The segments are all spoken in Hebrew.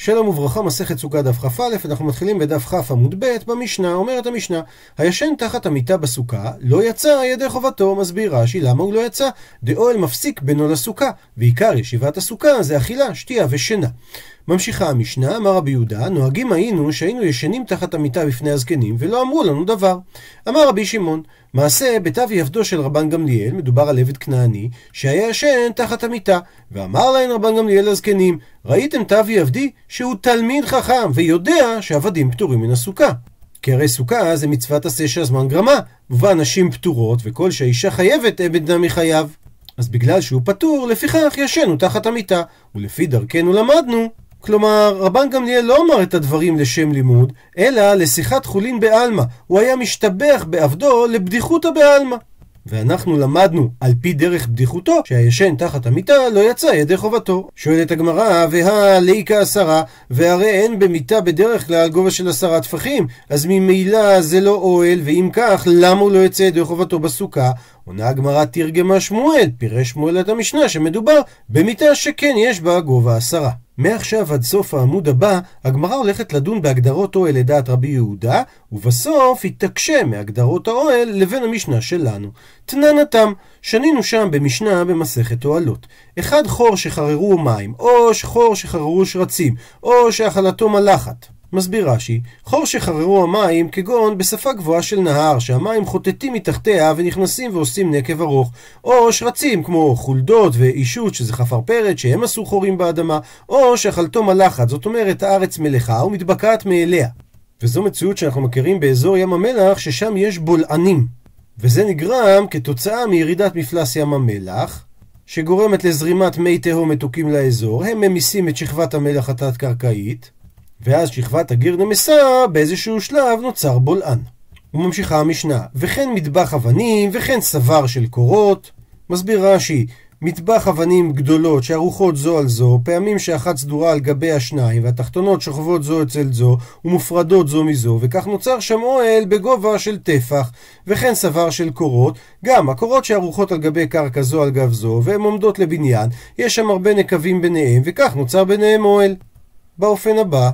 שלום וברכה, מסכת סוכה דף כ"א, אנחנו מתחילים בדף כ' עמוד ב' במשנה. אומרת המשנה, הישן תחת המיטה בסוכה לא יצא ידי חובתו. מסביר רש"י למה הוא לא יצא. דאוהל מפסיק בינו לסוכה, ועיקר ישיבת הסוכה זה אכילה, שתייה ושינה. ממשיכה המשנה, אמר רבי יהודה, נוהגים היינו שהיינו ישנים תחת המיטה בפני הזקנים ולא אמרו לנו דבר. אמר רבי שמעון, מעשה בתווי עבדו של רבן גמליאל, מדובר על עבד כנעני שהיה ישן תחת המיטה, ואמר להם רבן גמליאל לזקנים, ראיתם תווי עבדי שהוא תלמיד חכם ויודע שעבדים פטורים מן הסוכה. כי הרי סוכה זה מצוות עשה שהזמן גרמה, ובה נשים פטורות, וכל שהאישה חייבת עבד נמי חייב. אז בגלל שהוא פטור, לפיכך ישנו תחת המיטה, ולפי דרכנו למדנו. כלומר, רבן גמליאל לא אמר את הדברים לשם לימוד, אלא לשיחת חולין בעלמא. הוא היה משתבח בעבדו לבדיחותא בעלמא. ואנחנו למדנו על פי דרך בדיחותו שהישן תחת המיטה לא יצא ידי חובתו. שואלת הגמרא, והליקה 10, והרי אין במיטה בדרך כלל גובה של 10 טפחים, אז ממילא זה לא אוהל, ואם כך למה הוא לא יצא ידי חובתו בסוכה? עונה הגמרא, תרגמה שמואל, פירש שמואל את המשנה שמדובר במיטה שכן יש בה גובה 10. מעכשיו עד סוף העמוד הבא, הגמרא הולכת לדון בהגדרות אוהל לדעת רבי יהודה, ובסוף היא תקשה מהגדרות האוהל לבין המשנה שלנו. תננתם, שנינו שם במשנה במסכת אוהלות. אחד חור שחררו מים, או חור שחררו שרצים, או שאכלתו מלאכת. מסביר רש"י, חור שחררו המים כגון בשפה גבוהה של נהר שהמים חוטטים מתחתיה ונכנסים ועושים נקב ארוך, או שרצים כמו חולדות ואישות שזה חפרפרת שהם עשו חורים באדמה, או שאכלתו מלאכת, זאת אומרת הארץ מלחה ומתבקעת מאליה. וזו מציאות שאנחנו מכירים באזור ים המלח ששם יש בולענים, וזה נגרם כתוצאה מירידת מפלס ים המלח שגורמת לזרימת מי תהום מתוקים לאזור. הם ממיסים את שכבת המלח התת-קרקעית, ואז שכבת הגיר נמסה, באיזשהו שלב נוצר בולען. וממשיכה המשנה, וכן מטבח אבנים וכן סבר של קורות. מסביר רש"י, מטבח אבנים גדולות שערוכות זו על זו, פעמים שאחת סדורה על גבי השניים והתחתונות שוכבות זו אצל זו ומופרדות זו מזו, וכך נוצר שם אוהל בגובה של טפח. וכן סבר של קורות, גם הקורות שערוכות על גבי קרקע זו על גב זו והן עומדות לבניין, יש שם הרבה נקבים ביניהם, וכך נוצר ביניהם אוהל. באופן הבא,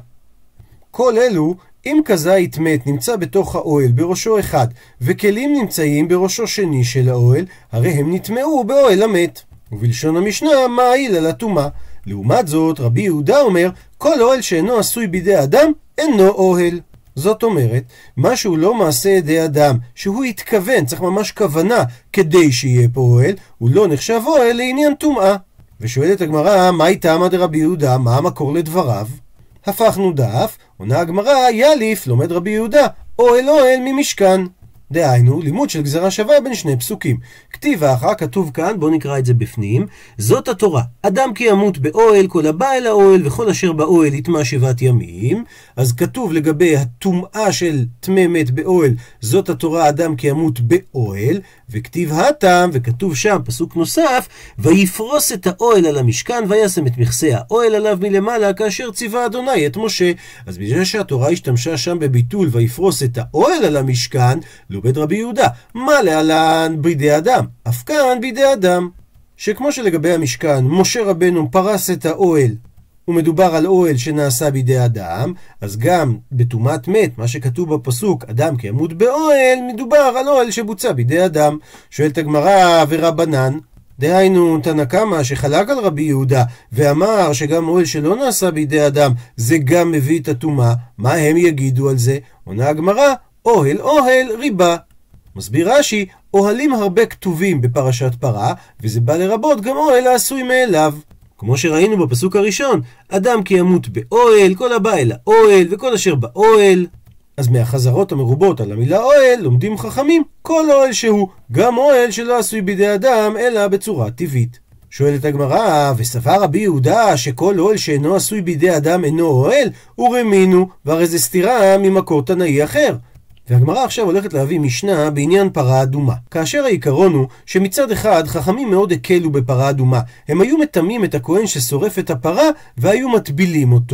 כל אלו, אם כזית מת נמצא בתוך האוהל בראשו אחד, וכלים נמצאים בראשו שני של האוהל, הרי הם נטמעו באוהל המת. ובלשון המשנה, מעיל על הטומאה. לעומת זאת, רבי יהודה אומר, כל אוהל שאינו עשוי בידי אדם, אינו אוהל. זאת אומרת, משהו לא מעשה ידי אדם, שהוא התכוון, צריך ממש כוונה כדי שיהיה פה אוהל, הוא לא נחשב אוהל לעניין טומאה. ושואלת הגמרא, מהי טעמא דרבי יהודה, מה המקור לדבריו? הפכנו דף, עונה הגמרא, יאליף, לומד רבי יהודה, אוהל אוהל ממשכן. דהיינו, לימוד של גזרה שווה בין שני פסוקים. כתיב האחר, כתוב כאן, בואו נקרא את זה בפנים, זאת התורה, אדם כי ימות באוהל, כל הבא אל האוהל, וכל אשר באוהל יטמע 7 ימים. אז כתוב לגבי הטומאה של טמא מת באוהל, זאת התורה, אדם כי ימות באוהל. וכתיב התם, וכתוב שם פסוק נוסף, ויפרוס את האוהל על המשכן וישם את מכסה האוהל עליו מלמעלה כאשר ציווה אדוני את משה. אז בגלל שהתורה השתמשה שם בביטול ויפרוס את האוהל על המשכן, לומד רבי יהודה, מה להלן בידי אדם? אף כאן בידי אדם. שכמו שלגבי המשכן משה רבנו פרס את האוהל ומדובר על אוהל שנעשה בידי אדם, אז גם בטומאת מת, מה שכתוב בפסוק, אדם כי ימות באוהל, מדובר על אוהל שבוצע בידי אדם. שואלת הגמרא, ורבנן, דהיינו תנא קמא שחלק על רבי יהודה ואמר שגם אוהל שלא נעשה בידי אדם זה גם מביא את הטומאה, מה הם יגידו על זה? עונה הגמרא, אוהל אוהל ריבה. מסביר רש"י, אוהלים הרבה כתובים בפרשת פרה, וזה בא לרבות גם אוהל העשוי מאליו. כמו שראינו בפסוק הראשון, אדם כי ימות באוהל, כל הבא אל האוהל וכל אשר באוהל. אז מהחזרות המרובות על המילה אוהל לומדים חכמים כל אוהל שהוא, גם אוהל שלא עשוי בידי אדם אלא בצורה טבעית. שואלת הגמרא, וסבר רבי יהודה שכל אוהל שאינו עשוי בידי אדם אינו אוהל? ורמינו, והרי זה סתירה ממקור תנאי אחר. והגמרא עכשיו הולכת להביא משנה בעניין פרה אדומה. כאשר העיקרון הוא שמצד אחד חכמים מאוד הקלו בפרה אדומה. הם היו מטמאים את הכהן ששורף את הפרה והיו מטבילים אותו,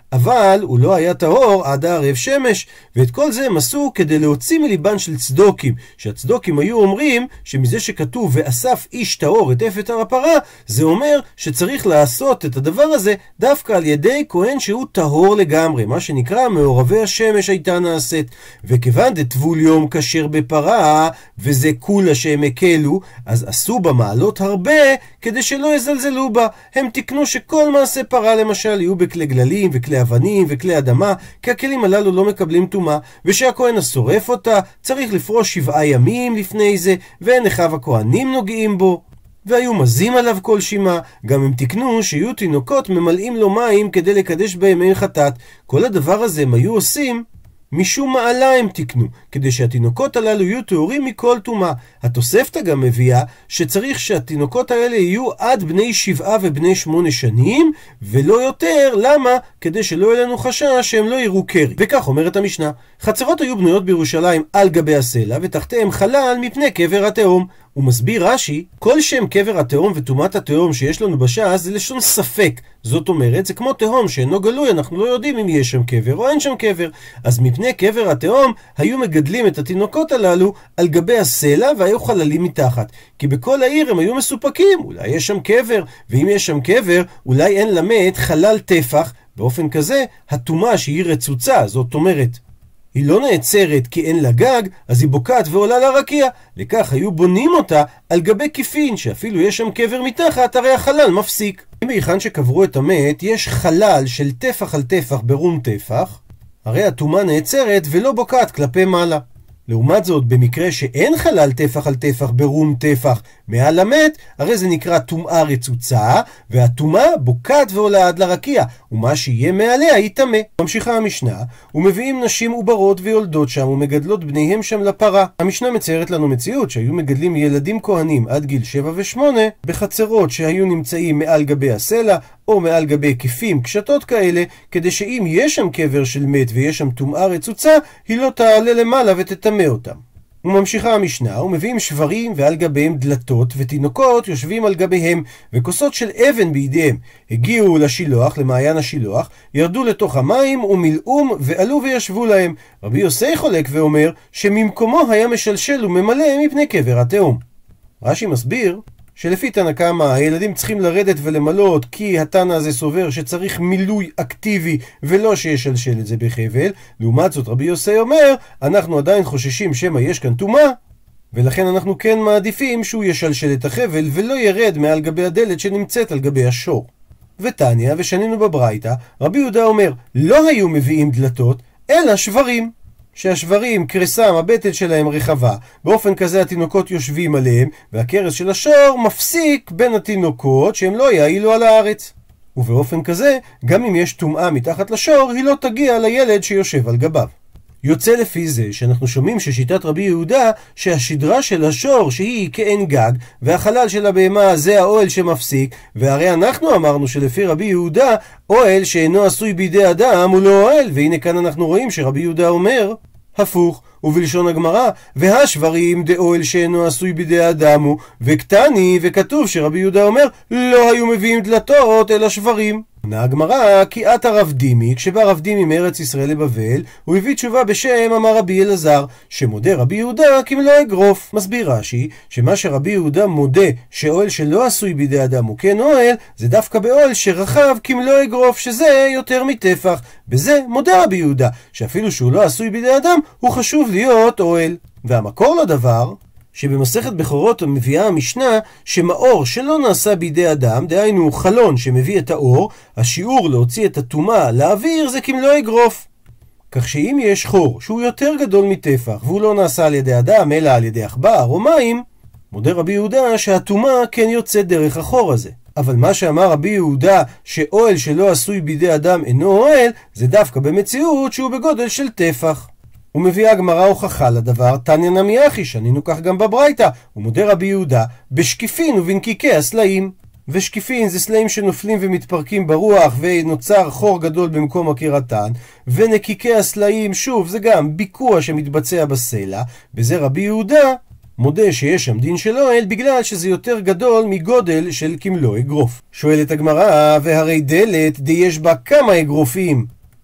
אבל הוא לא היה טהור עד הערב שמש, ואת כל זה הם עשו כדי להוציא מליבן של צדוקים, שהצדוקים היו אומרים שמזה שכתוב ואסף איש טהור את אפת הפרה, זה אומר שצריך לעשות את הדבר הזה דווקא על ידי כהן שהוא טהור לגמרי, מה שנקרא מעורבי השמש הייתה נעשית. וכיוון דטבול יום כשר בפרה, וזה כולה שהם הקלו, אז עשו במעלות הרבה כדי שלא יזלזלו בה. הם תקנו שכל מעשה פרה למשל יהיו בכלי גללים וכלי אבנים וכלי אדמה, כי הכלים הללו לא מקבלים טומאה, ושהכהן השורף אותה צריך לפרוש 7 ימים לפני זה, ואין אחיו הכהנים נוגעים בו, והיו מזים עליו כל שימה. גם הם תקנו שיהיו תינוקות ממלאים לו מים כדי לקדש בהם אין חטאת. כל הדבר הזה הם היו עושים משום מעלה, הם תקנו, כדי שהתינוקות הללו יהיו טהורים מכל טומאה. התוספתא גם מביאה שצריך שהתינוקות האלה יהיו עד בני 7 ובני 8 שנים, ולא יותר. למה? כדי שלא יהיה לנו חשש שהם לא יראו קרי. וכך אומרת המשנה: חצרות היו בנויות בירושלים על גבי הסלע, ותחתיהם חלל מפני קבר התהום. הוא מסביר רש"י, כל שם קבר התהום וטומאת התהום שיש לנו בש"ס זה לשון ספק. זאת אומרת, זה כמו תהום שאינו גלוי, אנחנו לא יודעים אם יש שם קבר או אין שם קבר. אז מפני קבר התהום היו מגדלים את התינוקות הללו על גבי הסלע, והיו חללים מתחת. כי בכל העיר הם היו מסופקים, אולי יש שם קבר, ואם יש שם קבר, אולי אין למת חלל טפח. באופן כזה, הטומאה שהיא רצוצה, זאת אומרת, היא לא נעצרת כי אין לה גג, אז היא בוקעת ועולה לרקיע. לכך היו בונים אותה על גבי כיפין, שאפילו יש שם קבר מתחת, הרי החלל מפסיק. אם בהיכן שקברו את המת יש חלל של טפח על טפח ברום טפח, הרי הטומאה נעצרת ולא בוקעת כלפי מעלה. לעומת זאת, במקרה שאין חלל טפח על טפח ברום טפח מעל המת, הרי זה נקרא טומאה רצוצה, והטומאה בוקעת ועולה עד לרקיע, ומה שיהיה מעליה יטמא. ממשיכה המשנה, ומביאים נשים עוברות ויולדות שם, ומגדלות בניהם שם לפרה. המשנה מציירת לנו מציאות שהיו מגדלים ילדים כהנים עד גיל 7 ו8 בחצרות שהיו נמצאים מעל גבי הסלע, או מעל גבי כיפים, קשתות כאלה, כדי שאם יש שם קבר של מת ויש שם טומאה רצוצה, היא לא תעלה למעלה ותטמא אותם. וממשיכה המשנה, ומביאים שברים ועל גביהם דלתות, ותינוקות יושבים על גביהם, וכוסות של אבן בידיהם. הגיעו לשילוח, למעיין השילוח, ירדו לתוך המים ומילאום ועלו וישבו להם. רבי יוסי חולק ואומר שממקומו היה משלשל וממלא מפני קבר התהום. רש"י מסביר שלפי תנא קמא הילדים צריכים לרדת ולמלות, כי התנא הזה סובר שצריך מילוי אקטיבי ולא שישלשל את זה בחבל. לעומת זאת רבי יוסי אומר, אנחנו עדיין חוששים שמא יש כאן טומאה, ולכן אנחנו כן מעדיפים שהוא ישלשל את החבל ולא ירד מעל גבי הדלת שנמצאת על גבי השור. ותניא, ושנינו בברייתא, רבי יהודה אומר, לא היו מביאים דלתות אלא שברים, שהשברים קרסם, הבטן שלהם רחבה, באופן כזה התינוקות יושבים עליהם, והקרס של השור מפסיק בין התינוקות שהם לא יעילו על הארץ. ובאופן כזה, גם אם יש טומאה מתחת לשור, היא לא תגיע לילד שיושב על גביו. יוצא לפי זה שאנחנו שומעים ששיטת רבי יהודה שהשדרה של השור שהיא כאין גג, והחלל של הבהמה זה האוהל שמפסיק, והרי אנחנו אמרנו שלפי רבי יהודה אוהל שאינו עשוי בידי אדם הוא לא אוהל, והנה כאן אנחנו רואים שרבי יהודה אומר הפוך. ובלשון הגמרא, והשברים דאוהל שאינו עשוי בידי אדם הוא, וקטני, וכתוב שרבי יהודה אומר לא היו מביאים דלתות אלא שברים. עונה הגמרא, כי עת הרב דימי, כשבא רב דימי מארץ ישראל לבבל, הוא הביא תשובה בשם אמר רבי אלעזר, שמודה רבי יהודה כמלוא אגרוף. מסביר רש"י שמה שרבי יהודה מודה שאוהל שלא עשוי בידי אדם הוא כן אוהל, זה דווקא באוהל שרחב כמלוא אגרוף, שזה יותר מטפח. בזה מודה רבי יהודה שאפילו שהוא לא עשוי בידי אדם הוא חשוב להיות אוהל. והמקור לדבר שבמסכת בכורות מביאה המשנה שמאור שלא נעשה בידי אדם, דהיינו חלון שמביא את האור, השיעור להוציא את הטומאה לאוויר זה כמלוא אגרוף. כך שאם יש חור שהוא יותר גדול מטפח והוא לא נעשה על ידי אדם אלא על ידי עכבר או מים, מודה רבי יהודה שהטומאה כן יוצאת דרך החור הזה. אבל מה שאמר רבי יהודה שאוהל שלא עשוי בידי אדם אינו אוהל, זה דווקא במציאות שהוא בגודל של טפח. ומביאה הגמרא הוכחה לדבר, תניא נמי אחי, שנינו כך גם בברייתא. ומודה רבי יהודה בשקיפין ובנקיקי הסלעים. ושקיפין זה סלעים שנופלים ומתפרקים ברוח ונוצר חור גדול במקום הקירתן, ונקיקי הסלעים שוב זה גם ביקוע שמתבצע בסלע. בזה רבי יהודה מודה שיש שם דין של אוהל בגלל שזה יותר גדול מגודל של כמלוא אגרוף. שואלת הגמרא, והרי דלת די יש בה כמה אגרופים,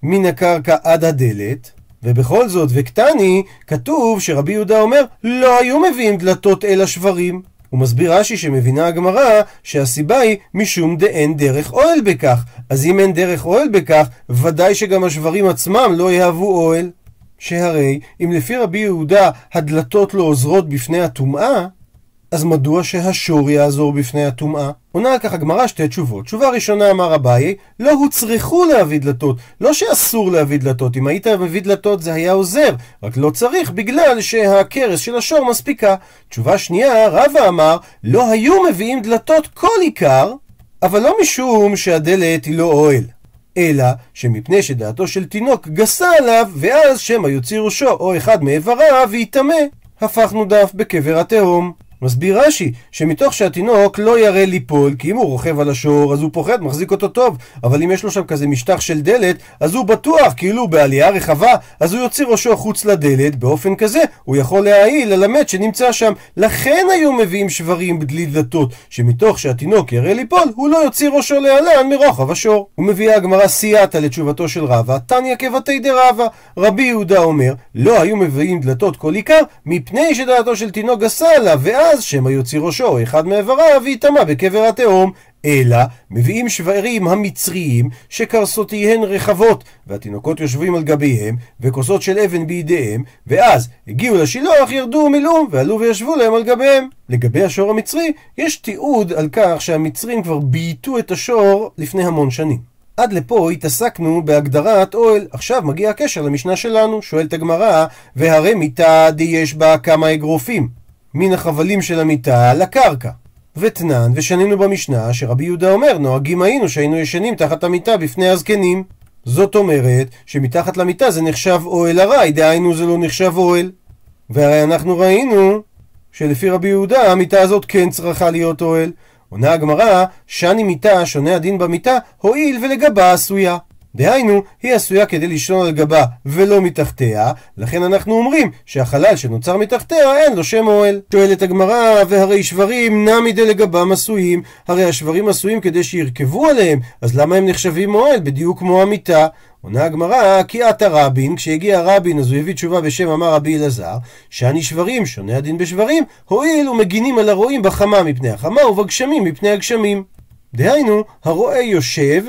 מן הקרקע עד הדלת, ובכל זאת וקטני, כתוב שרבי יהודה אומר לא היו מביאים דלתות אל השברים. הוא מסביר רש"י שמבינה הגמרא שהסיבה היא משום דאין דרך אוהל בכך. אז אם אין דרך אוהל בכך, ודאי שגם השברים עצמם לא יהוו אוהל. שהרי אם לפי רבי יהודה הדלתות לא עוזרות בפני הטומאה, אז מדוע שהשור יעזור בפני הטומאה? עונה על כך הגמרא שתי תשובות. תשובה ראשונה, אמר אביי, לא הוצרכו להביא דלתות, לא שאסור להביא דלתות. אם היית מביא דלתות זה היה עוזר, רק לא צריך בגלל שהקרס של השור מספיקה. תשובה שנייה, רבא אמר, לא היו מביאים דלתות כל עיקר, אבל לא משום שהדלת היא לא אוהל, אלא שמפני שדעתו של תינוק גסה עליו, ואז שמא יוציא ראשו או אחד מאיבריו ויטמא, הפכנו דף בקבר התהום. מסביר רש"י שמתוך שהתינוק לא יראה ליפול, כי אם הוא רוכב על השור אז הוא פוחד, מחזיק אותו טוב, אבל אם יש לו שם כזה משטח של דלת אז הוא בטוח, כאילו בעלייה רחבה, אז הוא יוציא ראשו חוץ לדלת. באופן כזה הוא יכול להעיל על המת שנמצא שם. לכן היו מביאים שברים בדלי דלתות, שמתוך שהתינוק יראה ליפול הוא לא יוציא ראשו להלן מרוחב השור. הוא מביא הגמרא סייעתא לתשובתו של רבא, תניא כבתי דרבא. רבי יהודה אומר לא היו מביאים דלתות כל עיקר מפני שדעתו של תינוק גסה עליו, ואז שמא יוציא ראשו או אחד מאיבריו ויטמא בקבר התהום. אלא מביאים שברים המצריים שקרסותיהן רחבות והתינוקות יושבים על גביהם וכוסות של אבן בידיהם, ואז הגיעו לשילוח, ירדו ומילאו ועלו וישבו להם על גביהם. לגבי השור המצרי יש תיעוד על כך שהמצרים כבר בייתו את השור לפני המון שנים. עד לפה התעסקנו בהגדרת אוהל. עכשיו מגיע הקשר למשנה שלנו. שואלת הגמרא, והרי מיטה די יש בה כמה אגרופים מן החבלים של המיטה לקרקע. ותנן, ושנינו במשנה שרבי יהודה אומר נוהגים היינו שהיינו ישנים תחת המיטה בפני הזקנים. זאת אומרת שמתחת למיטה זה נחשב אוהל ארעי, דהיינו זה לא נחשב אוהל. והרי אנחנו ראינו שלפי רבי יהודה המיטה הזאת כן צריכה להיות אוהל. עונה הגמרא, שני מיטה שונה הדין במיטה הועיל ולגבה עשויה, דהיינו היא עשויה כדי לישון על גבה ולא מתחתיה, לכן אנחנו אומרים שהחלל שנוצר מתחתיה אין לו שם אוהל. שואלת הגמרא, והרי שברים נמי דלגבם עשויים, הרי השברים עשויים כדי שירכבו עליהם, אז למה הם נחשבים אוהל בדיוק כמו המיטה? עונה הגמרא, כי עתה רבין, כשהגיע רבין אז הוא הביא תשובה בשם אמר רבי אלעזר, שאני שברים שונה הדין בשברים הועיל ומגינים על הרועים בחמה מפני החמה ובגשמים מפני הגשמים. דהיינו, הרועה יושב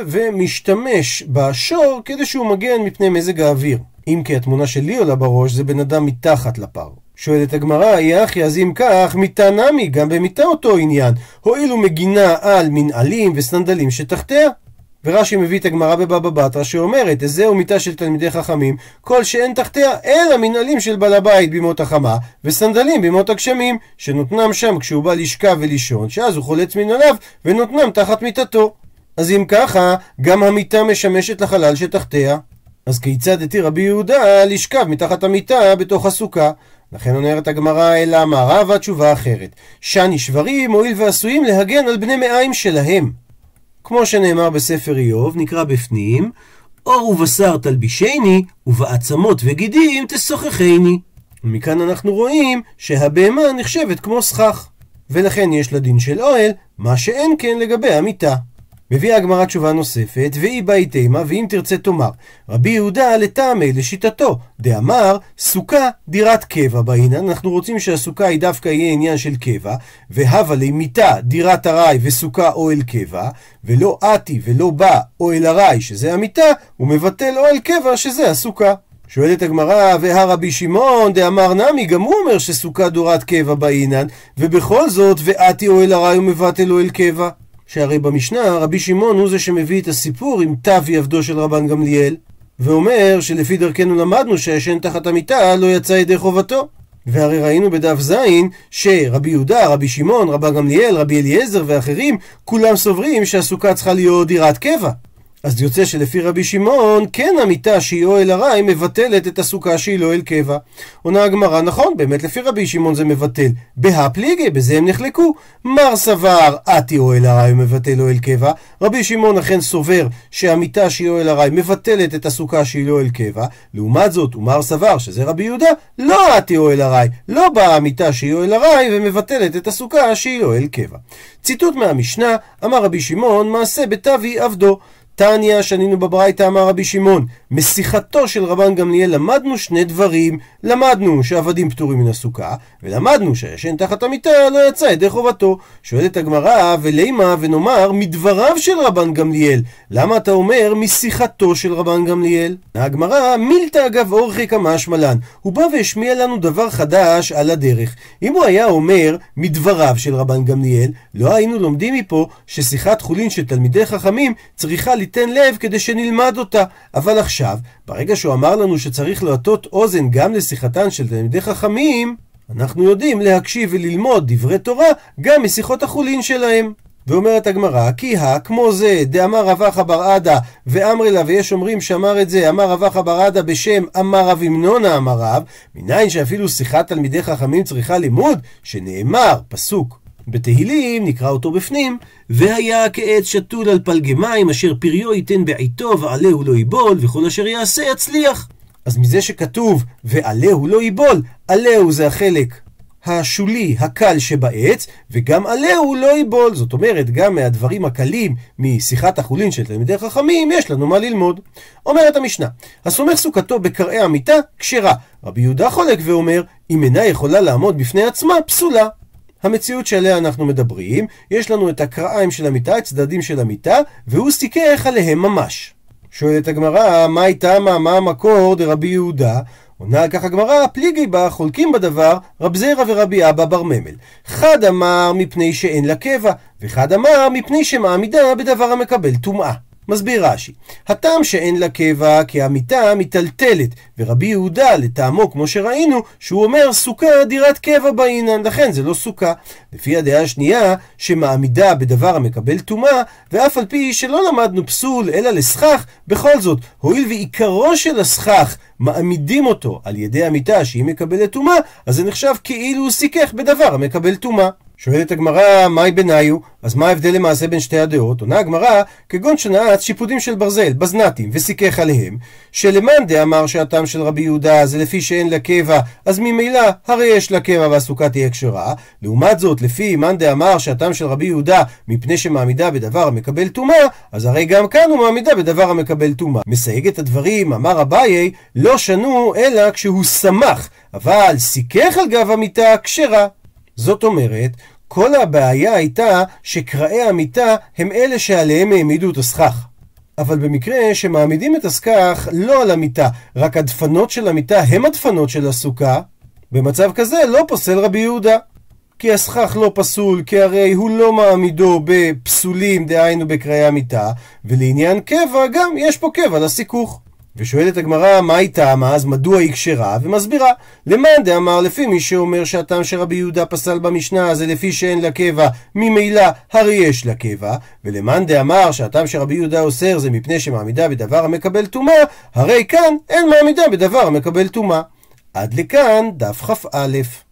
ומשתמש בשור כדי שהוא מגן מפני מזג האוויר. אם כי התמונה שלי עולה בראש זה בן אדם מתחת לפר. שואלת הגמרא, יחי, אז אם כך מיטה נמי, גם במיטה אותו עניין, הועיל ומגינה על מנעלים וסנדלים שתחתיה. ורש"י מביא את הגמרא בבבא בתרא שאומרת, זהו מיטה של תלמידי חכמים, כל שאין תחתיה אלא מנעלים של בעל הבית בימות החמה וסנדלים בימות הגשמים, שנותנם שם כשהוא בא לשכב ולישון, שאז הוא חולץ מנעליו ונותנם תחת מיטתו. אז אם ככה גם המיטה משמשת לחלל שתחתיה. אז כיצד התיר רבי יהודה לשכב מתחת המיטה בתוך הסוכה? לכן אומרת הגמרא, אלא מה רבא, תשובה אחרת, שני שברים הועיל ועשויים להגן על בני מעיים שלהם, כמו שנאמר בספר איוב, נקרא בפנים, אור ובשר תלבישני, ובעצמות וגידים תשוחחני. ומכאן אנחנו רואים שהבהמה נחשבת כמו סכך, ולכן יש לדין של אוהל, מה שאין כן לגבי המיטה. מביאה הגמרא תשובה נוספת, והיא באי תימה, ואם תרצה תאמר, רבי יהודה לטעמי לשיטתו, דאמר סוכה דירת קבע בעינן, אנחנו רוצים שהסוכה היא דווקא יהיה עניין של קבע, והווה לי מיטה דירת ארעי וסוכה אוהל קבע, ולא עתי ולא בא אוהל ארעי שזה המיטה, הוא מבטל אוהל קבע שזה הסוכה. שואלת הגמרא, והרבי שמעון דאמר נמי, גם הוא אומר שסוכה דירת קבע בעינן, ובכל זאת ועתי אוהל ארעי הוא מבטל אוהל קבע. שהרי במשנה רבי שמעון הוא זה שמביא את הסיפור עם תבי עבדו של רבן גמליאל, ואומר שלפי דרכנו למדנו שהישן תחת המיטה לא יצא ידי חובתו. והרי ראינו בדף זין שרבי יהודה, רבי שמעון, רבן גמליאל, רבי אליעזר ואחרים כולם סוברים שהסוכה צריכה להיות דירת קבע. אז יוצא שלפי רבי שמעון כן המיטה שהיא אוהל ארעי מבטלת את הסוכה שהיא לא אוהל קבע. עונה הגמרא, נכון, באמת לפי רבי שמעון זה מבטל. בהפליגי, בזה הם נחלקו. מר סבר עתי אוהל ארעי מבטל אוהל קבע, רבי שמעון אכן סובר שהמיטה שהיא אוהל ארעי מבטלת את הסוכה שהיא לא אוהל קבע. לעומת זאת ומר סבר, שזה רבי יהודה, לא עתי אוהל ארעי, לא באה המיטה שהיא אוהל ארעי ומבטלת את הסוכה שהיא לא אוהל קבע. ציטוט מהמשנה, אמר רבי שמעון מעשה בתבי עבדו, תניא שנינו בברייתא אמר רבי שמעון, משיחתו של רבן גמליאל למדנו שני דברים. למדנו שעבדים פטורים מן הסוכה, ולמדנו שהישן תחת המיטה לא יצא ידי חובתו. שואלת הגמרא, ולימה ונאמר מדבריו של רבן גמליאל, למה אתה אומר משיחתו של רבן גמליאל? הגמרא, מילתא אגב אורחי כמשמע לן, הוא בא והשמיע לנו דבר חדש על הדרך. אם הוא היה אומר מדבריו של רבן גמליאל, לא היינו לומדים מפה ששיחת חולין של תלמידי חכמים צריכה ליתן לב כדי שנלמד אותה. אבל עכשיו, ברגע שהוא אמר לנו שצריך להטות אוזן גם לשיחתן של תלמידי חכמים, אנחנו יודעים להקשיב וללמוד דברי תורה גם משיחות החולין שלהם. ואומרת הגמרא, כי כמו זה דאמר רב אחא בר עדה ואמרי לה, ויש אומרים שאמר את זה אמר רב אחא בר עדה בשם אמר רב אמנונה אמר רב, מניין שאפילו שיחת תלמידי חכמים צריכה לימוד, שנאמר פסוק בתהילים, נקרא אותו בפנים, והיה כעץ שתול על פלגי מים אשר פריו ייתן בעיתו ועלהו לא ייבול וכל אשר יעשה יצליח. אז מזה שכתוב ועלהו לא ייבול, עלהו זה החלק השולי הקל שבעץ, וגם עלהו לא ייבול, זאת אומרת גם מהדברים הקלים משיחת החולין של תלמידי חכמים יש לנו מה ללמוד. אומרת המשנה, הסומך סוכתו בקרעי המיטה כשרה. רבי יהודה חולק ואומר, אם אינה יכולה לעמוד בפני עצמה פסולה. המציאות שעליה אנחנו מדברים, יש לנו את הקרעיים של המיטה, את צדדים של המיטה, והוא סיכך עליהם ממש. שואלת הגמרא, מה איתה מה המקור דרבי יהודה? עונה על כך הגמרא, פליגי בה חולקים בדבר רב זירא ורבי אבא בר ממל. חד אמר מפני שאין לה קבע, וחד אמר מפני שמעמידה בדבר המקבל טומאה. מסביר רש"י, הטעם שאין לה קבע כי המיטה מיטלטלת, ורבי יהודה לטעמו כמו שראינו שהוא אומר סוכה דירת קבע בעינן, לכן זה לא סוכה. לפי הדעה השנייה שמעמידה בדבר המקבל טומאה, ואף על פי שלא למדנו פסול אלא לסכך, בכל זאת הואיל ועיקרו של הסכך מעמידים אותו על ידי המיטה שהיא מקבלת טומאה, אז זה נחשב כאילו הוא סיכך בדבר המקבל טומאה. שואלת הגמרא, מהי ביניו? אז מה ההבדל למעשה בין שתי הדעות? עונה הגמרא, כגון שנעץ שיפודים של ברזל, בזנתים, וסיכך עליהם, שלמאן דאמר שהטעם של רבי יהודה זה לפי שאין לה קבע, אז ממילא הרי יש לה קבע והסוכה תהיה כשרה. לעומת זאת, לפי מאן דאמר שהטעם של רבי יהודה מפני שמעמידה בדבר המקבל טומאה, אז הרי גם כאן הוא מעמידה בדבר המקבל טומאה. מסייג את הדברים, אמר אביי, לא שנו אלא כשהוא שמח, אבל סיכך על גב המיטה כשרה. זאת אומרת, כל הבעיה הייתה שקרעי המיטה הם אלה שעליהם העמידו את הסכך. אבל במקרה שמעמידים את הסכך לא על המיטה, רק הדפנות של המיטה הם הדפנות של הסוכה, במצב כזה לא פוסל רבי יהודה. כי הסכך לא פסול, כי הרי הוא לא מעמידו בפסולים, דהיינו בקרעי המיטה, ולעניין קבע גם יש פה קבע לסיכוך. ושואלת הגמרא, מה היא טעמה? אז מדוע היא כשרה? ומסבירה, למאן דאמר לפי מי שאומר שהטעם שרבי יהודה פסל במשנה זה לפי שאין לה קבע, ממילא הרי יש לה קבע, ולמאן דאמר שהטעם שרבי יהודה אוסר זה מפני שמעמידה בדבר המקבל טומאה, הרי כאן אין מעמידה בדבר המקבל טומאה. עד לכאן דף כ"א.